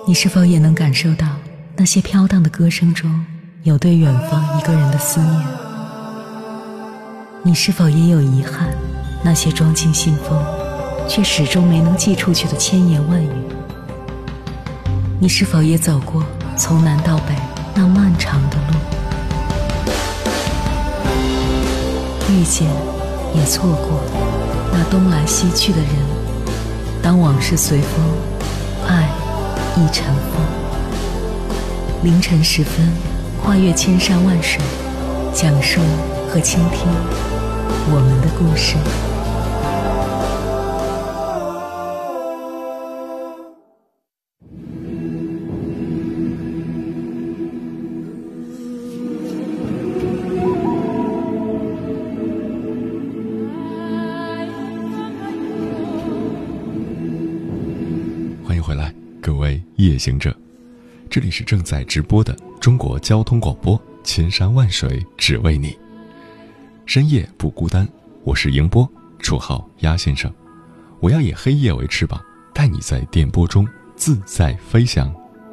你是否也能感受到那些飘荡的歌声中有对远方一个人的思念？你是否也有遗憾，那些装进信封却始终没能寄出去的千言万语？你是否也走过从南到北那漫长的路？遇见也错过那东来西去的人，当往事随风，爱亦尘封。凌晨时分，跨越千山万水，讲述和倾听我们的故事。 欢迎回来，各位夜行者，这里是正在直播的中国交通广播，千山万水只为你，深夜不孤单。我是迎波，绰号鸭先生。我要以黑夜为翅膀，带你在电波中自在飞翔。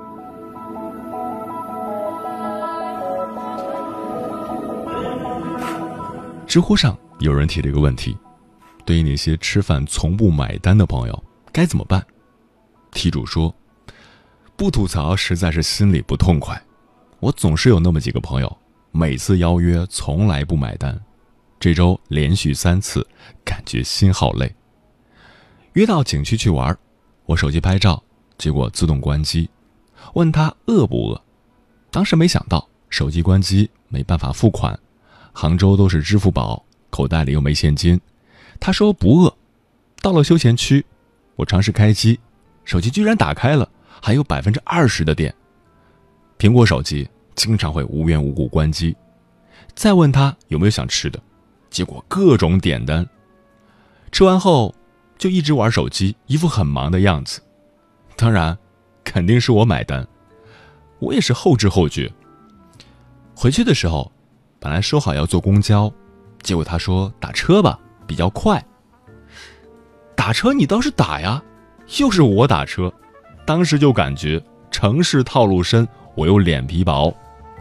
知乎上有人提了一个问题，对于那些吃饭从不买单的朋友该怎么办？题主说，不吐槽实在是心里不痛快，我总是有那么几个朋友，每次邀约从来不买单，这周连续3次，感觉心好累。约到景区去玩，我手机拍照，结果自动关机，问他饿不饿，当时没想到手机关机没办法付款，杭州都是支付宝，口袋里又没现金，他说不饿。到了休闲区，我尝试开机，手机居然打开了，还有20%的电。苹果手机经常会无缘无故关机。再问他有没有想吃的，结果各种点单。吃完后就一直玩手机，一副很忙的样子。当然肯定是我买单，我也是后知后觉。回去的时候本来说好要坐公交，结果他说打车吧，比较快。打车你倒是打呀，又是我打车，当时就感觉城市套路深，我又脸皮薄。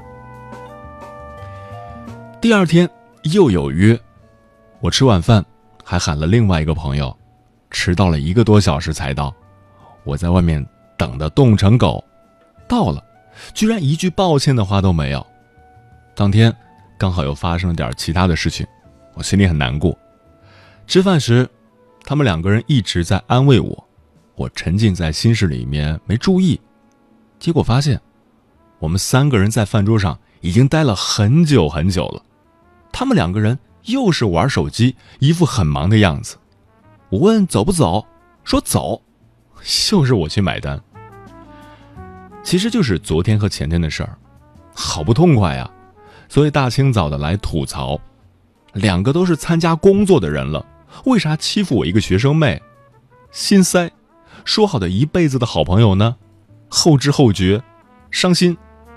第二天又有约，我吃晚饭还喊了另外一个朋友，迟到了1个多小时才到，我在外面等得冻成狗，到了居然一句抱歉的话都没有。当天刚好又发生了点其他的事情，我心里很难过。吃饭时他们2个人一直在安慰我，我沉浸在心事里面没注意，结果发现我们3个人在饭桌上已经待了很久很久了，他们2个人又是玩手机，一副很忙的样子。我问走不走，说走，又是我去买单。其实就是昨天和前天的事儿，好不痛快呀，所以大清早的来吐槽。2个都是参加工作的人了，为啥欺负我一个学生妹？心塞，说好的一辈子的好朋友呢？后知后觉，伤心。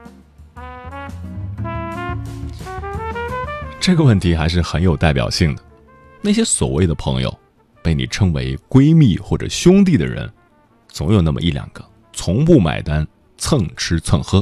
这个问题还是很有代表性的。那些所谓的朋友，被你称为闺蜜或者兄弟的人，总有那么1、2个从不买单，蹭吃蹭喝。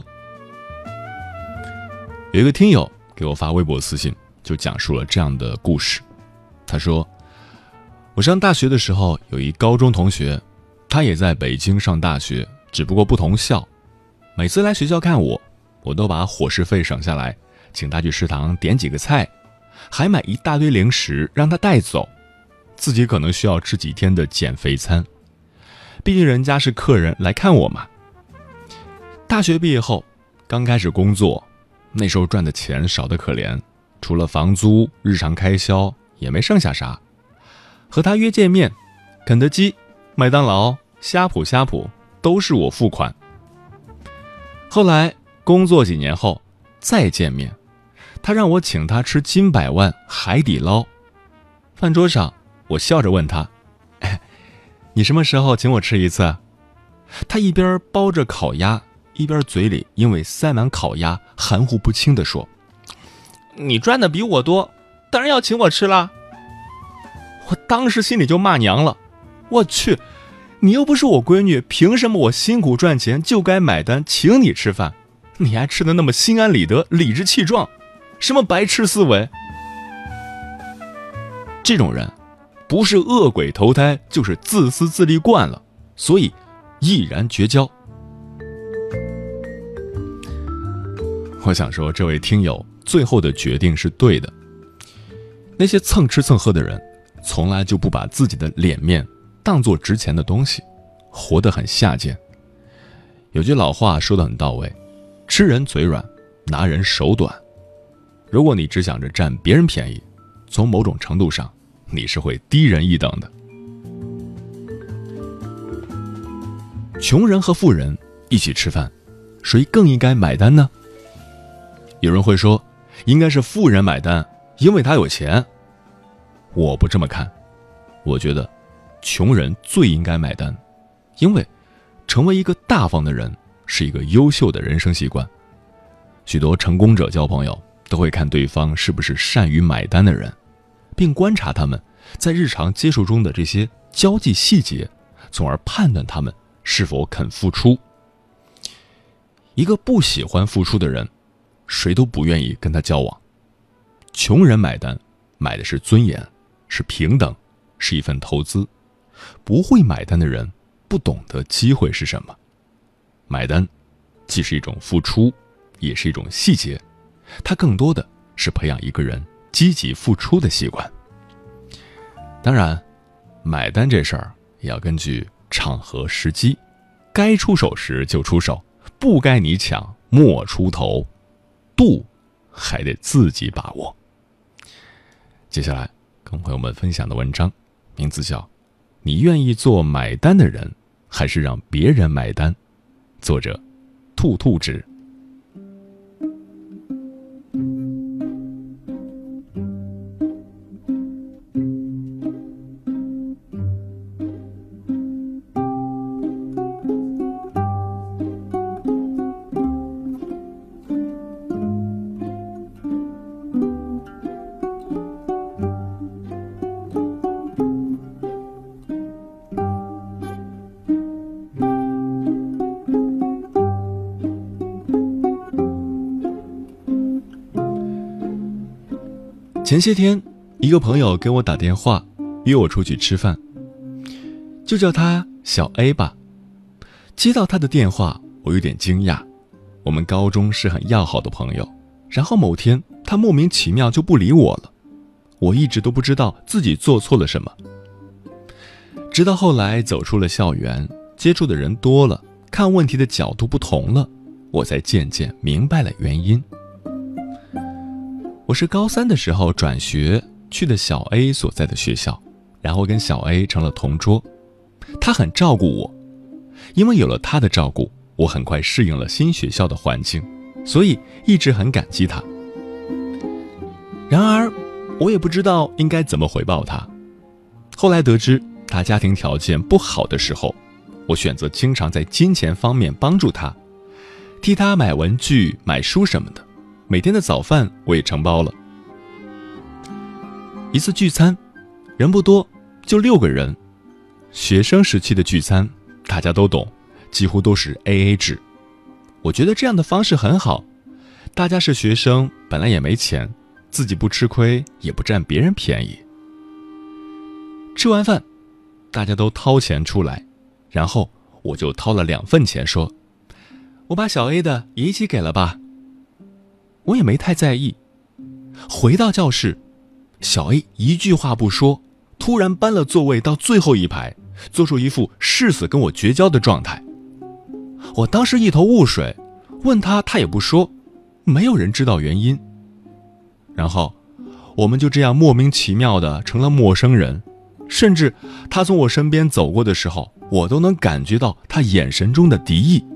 有一个听友给我发微博私信，就讲述了这样的故事。他说，我上大学的时候有一高中同学，他也在北京上大学，只不过不同校。每次来学校看我，我都把伙食费省下来，请他去食堂点几个菜，还买一大堆零食让他带走，自己可能需要吃几天的减肥餐。毕竟人家是客人来看我嘛。大学毕业后刚开始工作，那时候赚的钱少得可怜，除了房租日常开销也没剩下啥。和他约见面，肯德基、麦当劳、呷哺都是我付款。后来工作几年后再见面，他让我请他吃金百万海底捞。饭桌上我笑着问他，你什么时候请我吃一次？他一边包着烤鸭，一边嘴里因为塞满烤鸭含糊不清地说，你赚的比我多，当然要请我吃啦。我当时心里就骂娘了，我去， 你又不是我闺女，凭什么我辛苦赚钱就该买单请你吃饭？你还吃得那么心安理得，理直气壮，什么白痴思维？这种人不是恶鬼投胎，就是自私自利惯了，所以毅然绝交。我想说，这位听友最后的决定是对的。那些蹭吃蹭喝的人，从来就不把自己的脸面当作值钱的东西，活得很下贱。有句老话说得很到位，吃人嘴软，拿人手短。如果你只想着占别人便宜，从某种程度上你是会低人一等的。穷人和富人一起吃饭，谁更应该买单呢？有人会说，应该是富人买单，因为他有钱。我不这么看，我觉得穷人最应该买单，因为成为一个大方的人是一个优秀的人生习惯。许多成功者交朋友都会看对方是不是善于买单的人，并观察他们在日常接触中的这些交际细节，从而判断他们是否肯付出。一个不喜欢付出的人，谁都不愿意跟他交往。穷人买单，买的是尊严，是平等，是一份投资。不会买单的人，不懂得机会是什么。买单既是一种付出，也是一种细节，它更多的是培养一个人积极付出的习惯。当然，买单这事儿也要根据场合时机，该出手时就出手，不该你抢莫出头，度还得自己把握。接下来跟朋友们分享的文章名字叫《你愿意做买单的人，还是让别人买单》，作者兔兔子。前些天，一个朋友给我打电话，约我出去吃饭，就叫他小 A 吧。接到他的电话，我有点惊讶。我们高中是很要好的朋友，然后某天他莫名其妙就不理我了。我一直都不知道自己做错了什么。直到后来走出了校园，接触的人多了，看问题的角度不同了，我才渐渐明白了原因。我是高3的时候转学去的小 A 所在的学校，然后跟小 A 成了同桌。他很照顾我，因为有了他的照顾，我很快适应了新学校的环境，所以一直很感激他。然而，我也不知道应该怎么回报他。后来得知他家庭条件不好的时候，我选择经常在金钱方面帮助他，替他买文具、买书什么的。每天的早饭我也承包了。一次聚餐，人不多，就6个人。学生时期的聚餐，大家都懂，几乎都是 AA 制。我觉得这样的方式很好，大家是学生，本来也没钱，自己不吃亏，也不占别人便宜。吃完饭，大家都掏钱出来，然后我就掏了2份钱，说：“我把小 A 的也一起给了吧。”我也没太在意。回到教室，小 A 一句话不说，突然搬了座位到最后一排，做出一副誓死跟我绝交的状态。我当时一头雾水，问他，他也不说，没有人知道原因。然后我们就这样莫名其妙的成了陌生人，甚至他从我身边走过的时候，我都能感觉到他眼神中的敌意。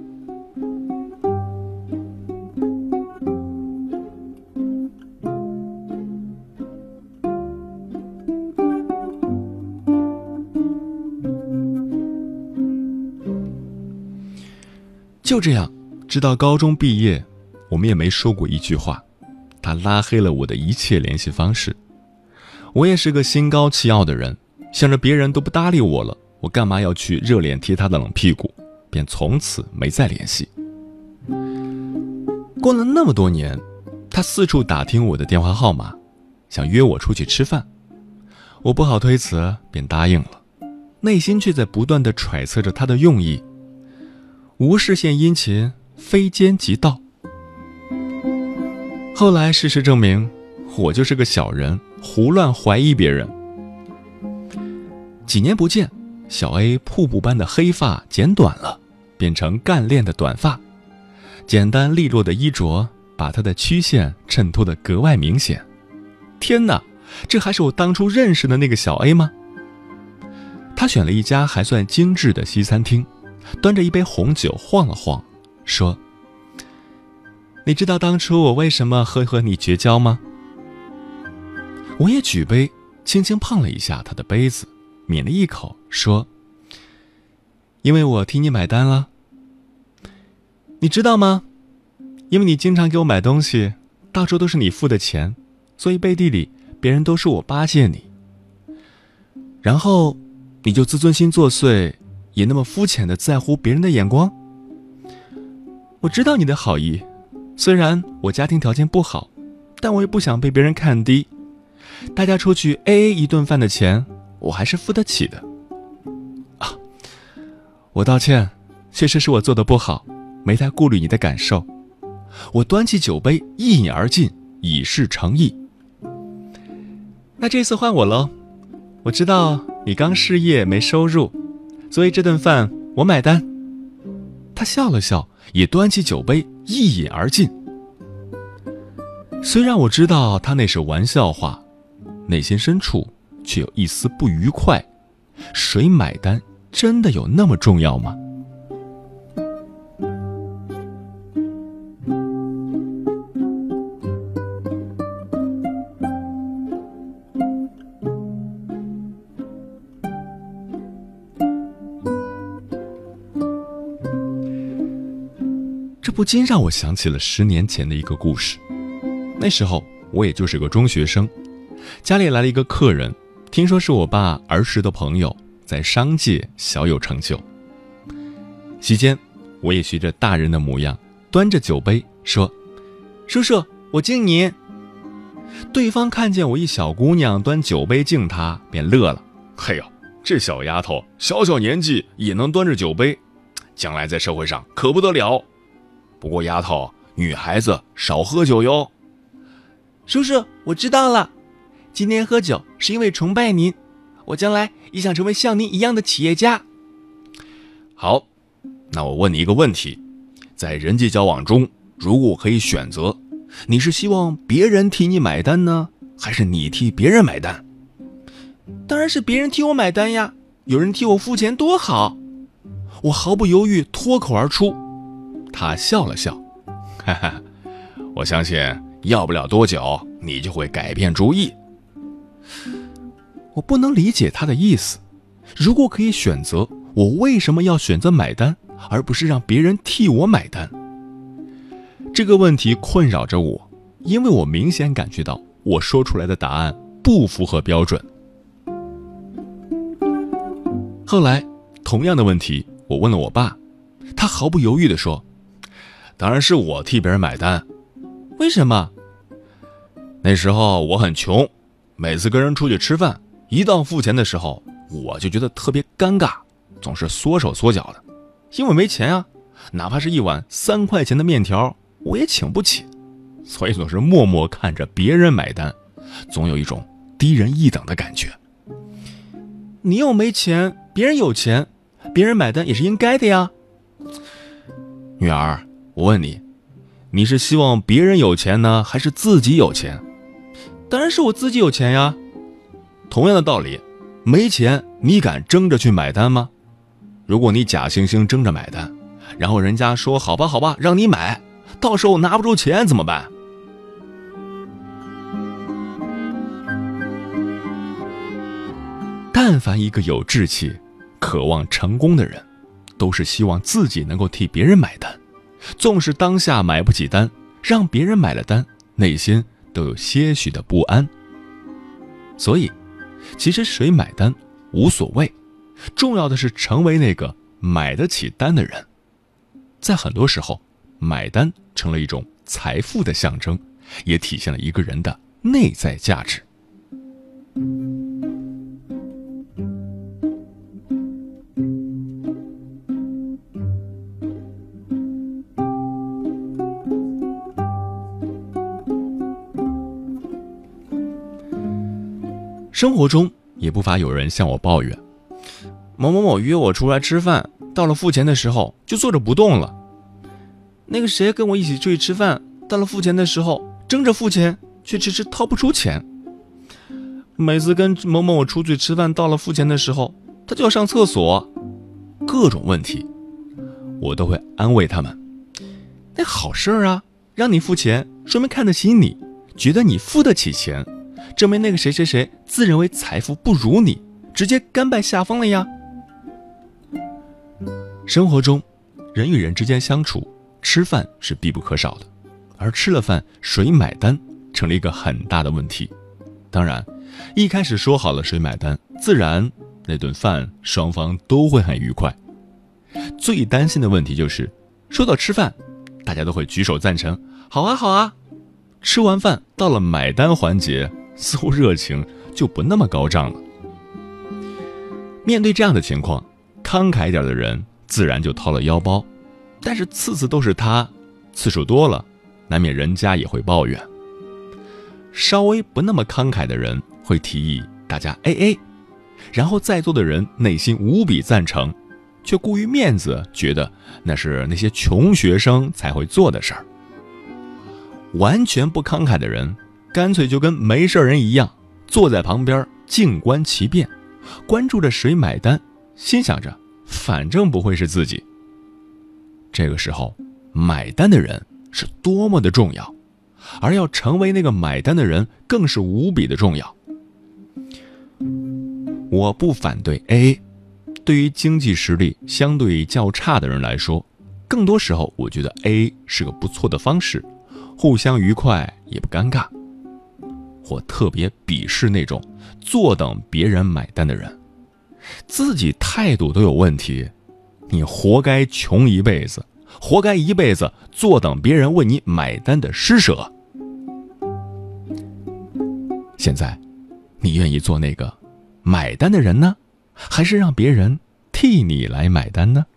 就这样，直到高中毕业，我们也没说过一句话。他拉黑了我的一切联系方式。我也是个心高气傲的人，想着别人都不搭理我了， 我干嘛要去热脸贴他的冷屁股，便从此没再联系。过了那么多年，他四处打听我的电话号码，想约我出去吃饭。我不好推辞，便答应了，内心却在不断地揣测着他的用意。无事献殷勤，非奸即盗。后来事实证明，我就是个小人，胡乱怀疑别人。几年不见，小 A 瀑布般的黑发剪短了，变成干练的短发，简单利落的衣着把他的曲线衬托得格外明显。天哪，这还是我当初认识的那个小 A 吗？他选了一家还算精致的西餐厅，端着一杯红酒晃了晃，说：你知道当初我为什么和你绝交吗？我也举杯轻轻碰了一下他的杯子，抿了一口，说：因为我替你买单了。你知道吗？因为你经常给我买东西，到处都是你付的钱，所以背地里别人都说我巴结你。然后你就自尊心作祟，也那么肤浅地在乎别人的眼光。我知道你的好意，虽然我家庭条件不好，但我也不想被别人看低。大家出去 AA 一顿饭的钱，我还是付得起的。啊，我道歉，确实是我做得不好，没太顾虑你的感受。我端起酒杯一饮而尽，以示诚意。那这次换我喽，我知道你刚失业没收入，所以这顿饭我买单。他笑了笑，也端起酒杯一饮而尽。虽然我知道他那是玩笑话，内心深处却有一丝不愉快。谁买单真的有那么重要吗？这不禁让我想起了10年前的一个故事。那时候我也就是个中学生，家里来了一个客人，听说是我爸儿时的朋友，在商界小有成就。席间我也学着大人的模样，端着酒杯说：叔叔，我敬你。对方看见我一小姑娘端酒杯敬他，便乐了。嘿呦，这小丫头小小年纪也能端着酒杯，将来在社会上可不得了。不过丫头，女孩子少喝酒哟。叔叔，我知道了，今天喝酒是因为崇拜您，我将来也想成为像您一样的企业家。好，那我问你一个问题，在人际交往中，如果可以选择，你是希望别人替你买单呢，还是你替别人买单？当然是别人替我买单呀，有人替我付钱多好。我毫不犹豫脱口而出。他笑了笑，哈哈，我相信要不了多久你就会改变主意。我不能理解他的意思，如果可以选择，我为什么要选择买单，而不是让别人替我买单？这个问题困扰着我，因为我明显感觉到我说出来的答案不符合标准。后来同样的问题我问了我爸，他毫不犹豫地说：当然是我替别人买单。为什么？那时候我很穷，每次跟人出去吃饭，一到付钱的时候，我就觉得特别尴尬，总是缩手缩脚的，因为没钱啊，哪怕是一碗3块钱的面条，我也请不起，所以总是默默看着别人买单，总有一种低人一等的感觉。你又没钱，别人有钱，别人买单也是应该的呀。女儿，我问你，你是希望别人有钱呢，还是自己有钱？当然是我自己有钱呀。同样的道理，没钱你敢争着去买单吗？如果你假惺惺争着买单，然后人家说好吧好吧让你买，到时候拿不出钱怎么办？但凡一个有志气、渴望成功的人，都是希望自己能够替别人买单，纵使当下买不起单，让别人买了单，内心都有些许的不安。所以其实谁买单无所谓， 重要的是成为那个买得起单的人。在很多时候，买单成了一种财富的象征，也体现了一个人的内在价值。生活中也不乏有人向我抱怨，某某某约我出来吃饭，到了付钱的时候就坐着不动了。那个谁跟我一起出去吃饭，到了付钱的时候争着付钱，却迟迟掏不出钱。每次跟某某某出去吃饭，到了付钱的时候，他就要上厕所。各种问题，我都会安慰他们，那好事啊，让你付钱，说明看得起你，觉得你付得起钱，证明那个谁谁谁自认为财富不如你，直接甘拜下风了呀。生活中，人与人之间相处，吃饭是必不可少的，而吃了饭谁买单成了一个很大的问题。当然，一开始说好了谁买单，自然那顿饭双方都会很愉快。最担心的问题就是说到吃饭，大家都会举手赞成，好啊好啊。吃完饭到了买单环节，似乎热情就不那么高涨了。面对这样的情况，慷慨点的人自然就掏了腰包，但是次次都是他，次数多了，难免人家也会抱怨。稍微不那么慷慨的人会提议大家 AA， 然后在座的人内心无比赞成，却顾于面子，觉得那是那些穷学生才会做的事儿。完全不慷慨的人干脆就跟没事人一样，坐在旁边静观其变，关注着谁买单，心想着反正不会是自己。这个时候，买单的人是多么的重要，而要成为那个买单的人更是无比的重要。我不反对 AA， 对于经济实力相对较差的人来说，更多时候我觉得 AA 是个不错的方式，互相愉快也不尴尬。我特别鄙视那种坐等别人买单的人，自己态度都有问题，你活该穷一辈子，活该一辈子坐等别人为你买单的施舍。现在，你愿意做那个买单的人呢，还是让别人替你来买单呢？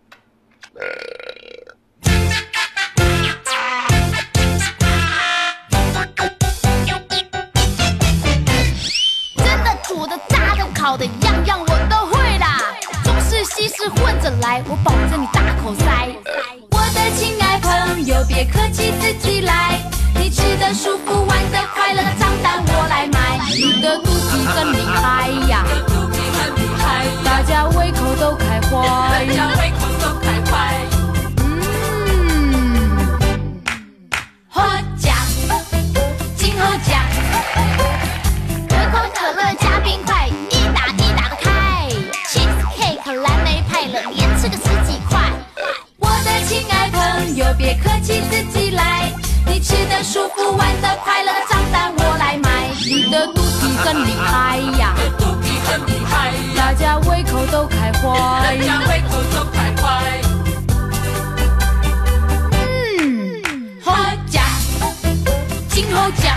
好的样样我都会啦，中式西式混着来，我保证你大口塞。我的亲爱朋友，别客气，自己来。你吃得舒服，玩得快乐，账单我来买。你的肚皮真厉害呀，大家胃口都开怀。喝奖，今后奖，可口可乐加冰块。连吃个10几块，我的亲爱朋友，别客气，自己来。你吃得舒服，玩得快乐，账单我来买。你的肚皮真厉害呀，大家胃口都开怀。喝奖，今后奖。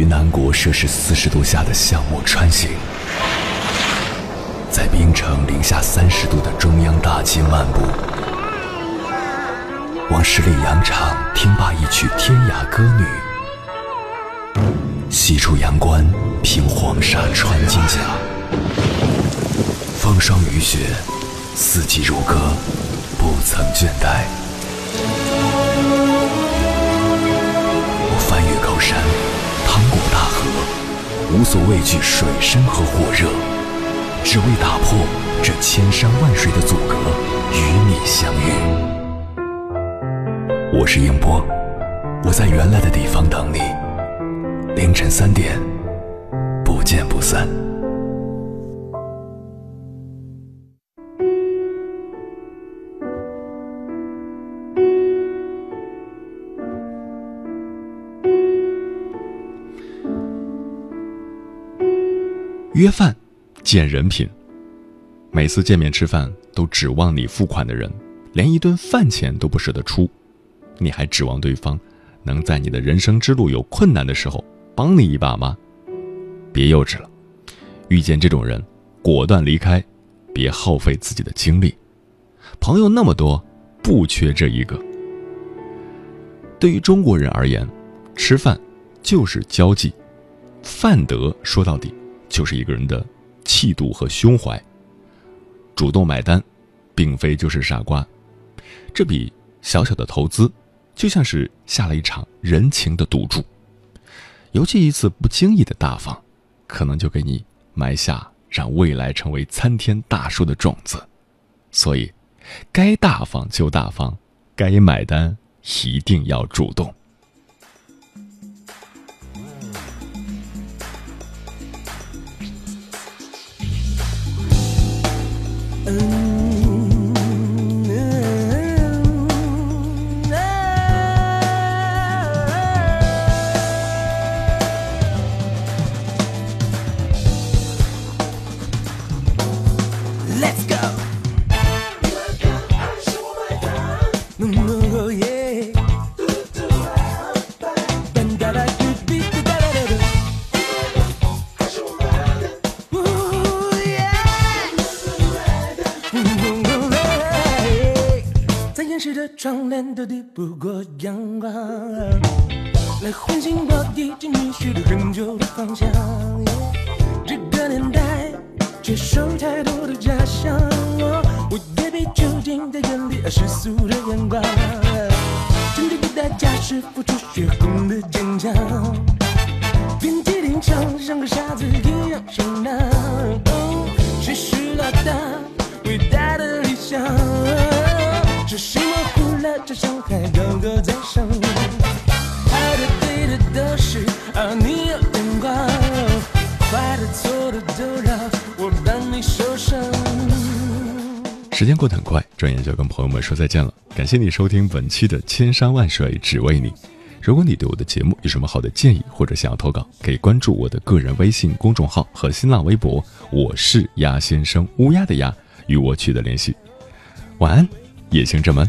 南国摄氏40度下的巷陌穿行，在冰城零下30度的中央大街漫步，往十里洋场听罢一曲天涯歌女，西出阳关凭黄沙穿金甲，风霜雨雪，四季如歌，不曾倦怠。我翻越高山，趟过大河，无所畏惧水深和火热，只为打破这千山万水的阻隔，与你相遇。我是英波，我在原来的地方等你，凌晨3点，不见不散。 约饭见人品，每次见面吃饭都指望你付款的人，连一顿饭钱都不舍得出，你还指望对方能在你的人生之路有困难的时候帮你一把吗？别幼稚了，遇见这种人果断离开，别耗费自己的精力。朋友那么多，不缺这一个。对于中国人而言，吃饭就是交际，饭德说到底就是一个人的气度和胸怀。主动买单并非就是傻瓜，这笔小小的投资就像是下了一场人情的赌注，尤其一次不经意的大方，可能就给你埋下让未来成为参天大树的种子。所以该大方就大方，该买单一定要主动。 窗帘都抵不过阳光，来唤醒我已经迷失了很久的方向。这个年代接受太多的假象，我也被囚禁在眼里世俗的眼光。真正的代价是付出血红的坚强，遍体鳞伤，像个傻子一样上当。实施了他伟大的理想，只是模糊了这伤害高高在上。爱的对的都是你有眼光，坏的错的都让我帮你受伤。 时间过得很快，转眼就要跟朋友们说再见了。感谢你收听本期的千山万水只为你。如果你对我的节目有什么好的建议或者想要投稿，可以关注我的个人微信公众号和新浪微博，我是鸭先生，乌鸦的鸭，与我取得联系。晚安，夜行者们。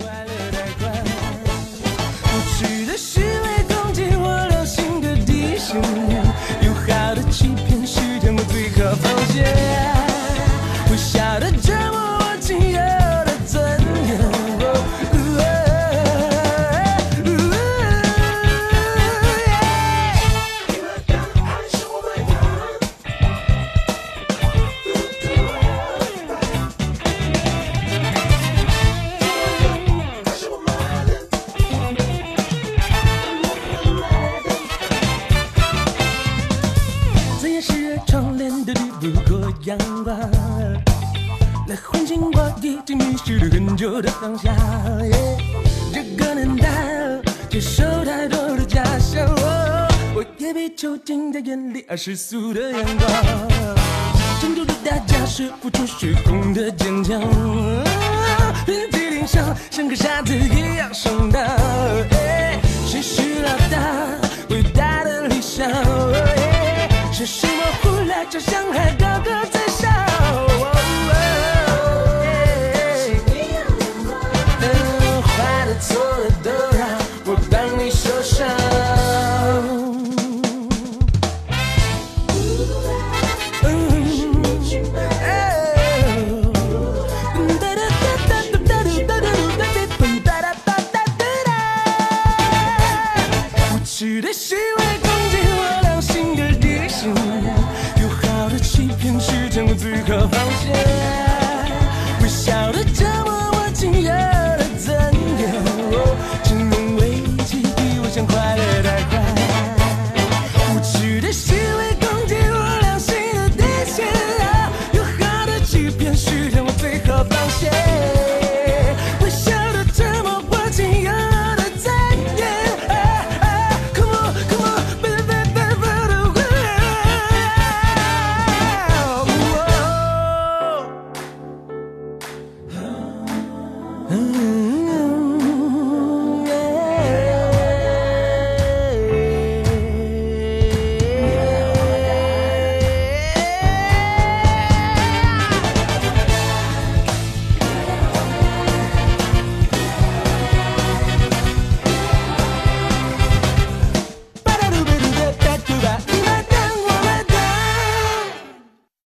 阳光来唤醒我已经迷失了很久的方向。这个年代接受太多的假象，我也被囚禁在眼里世俗的眼光。真正的代价是付出血红的坚强，遍体鳞伤，像个傻子一样上当。实施了他伟大的理想，实施模糊了这伤害。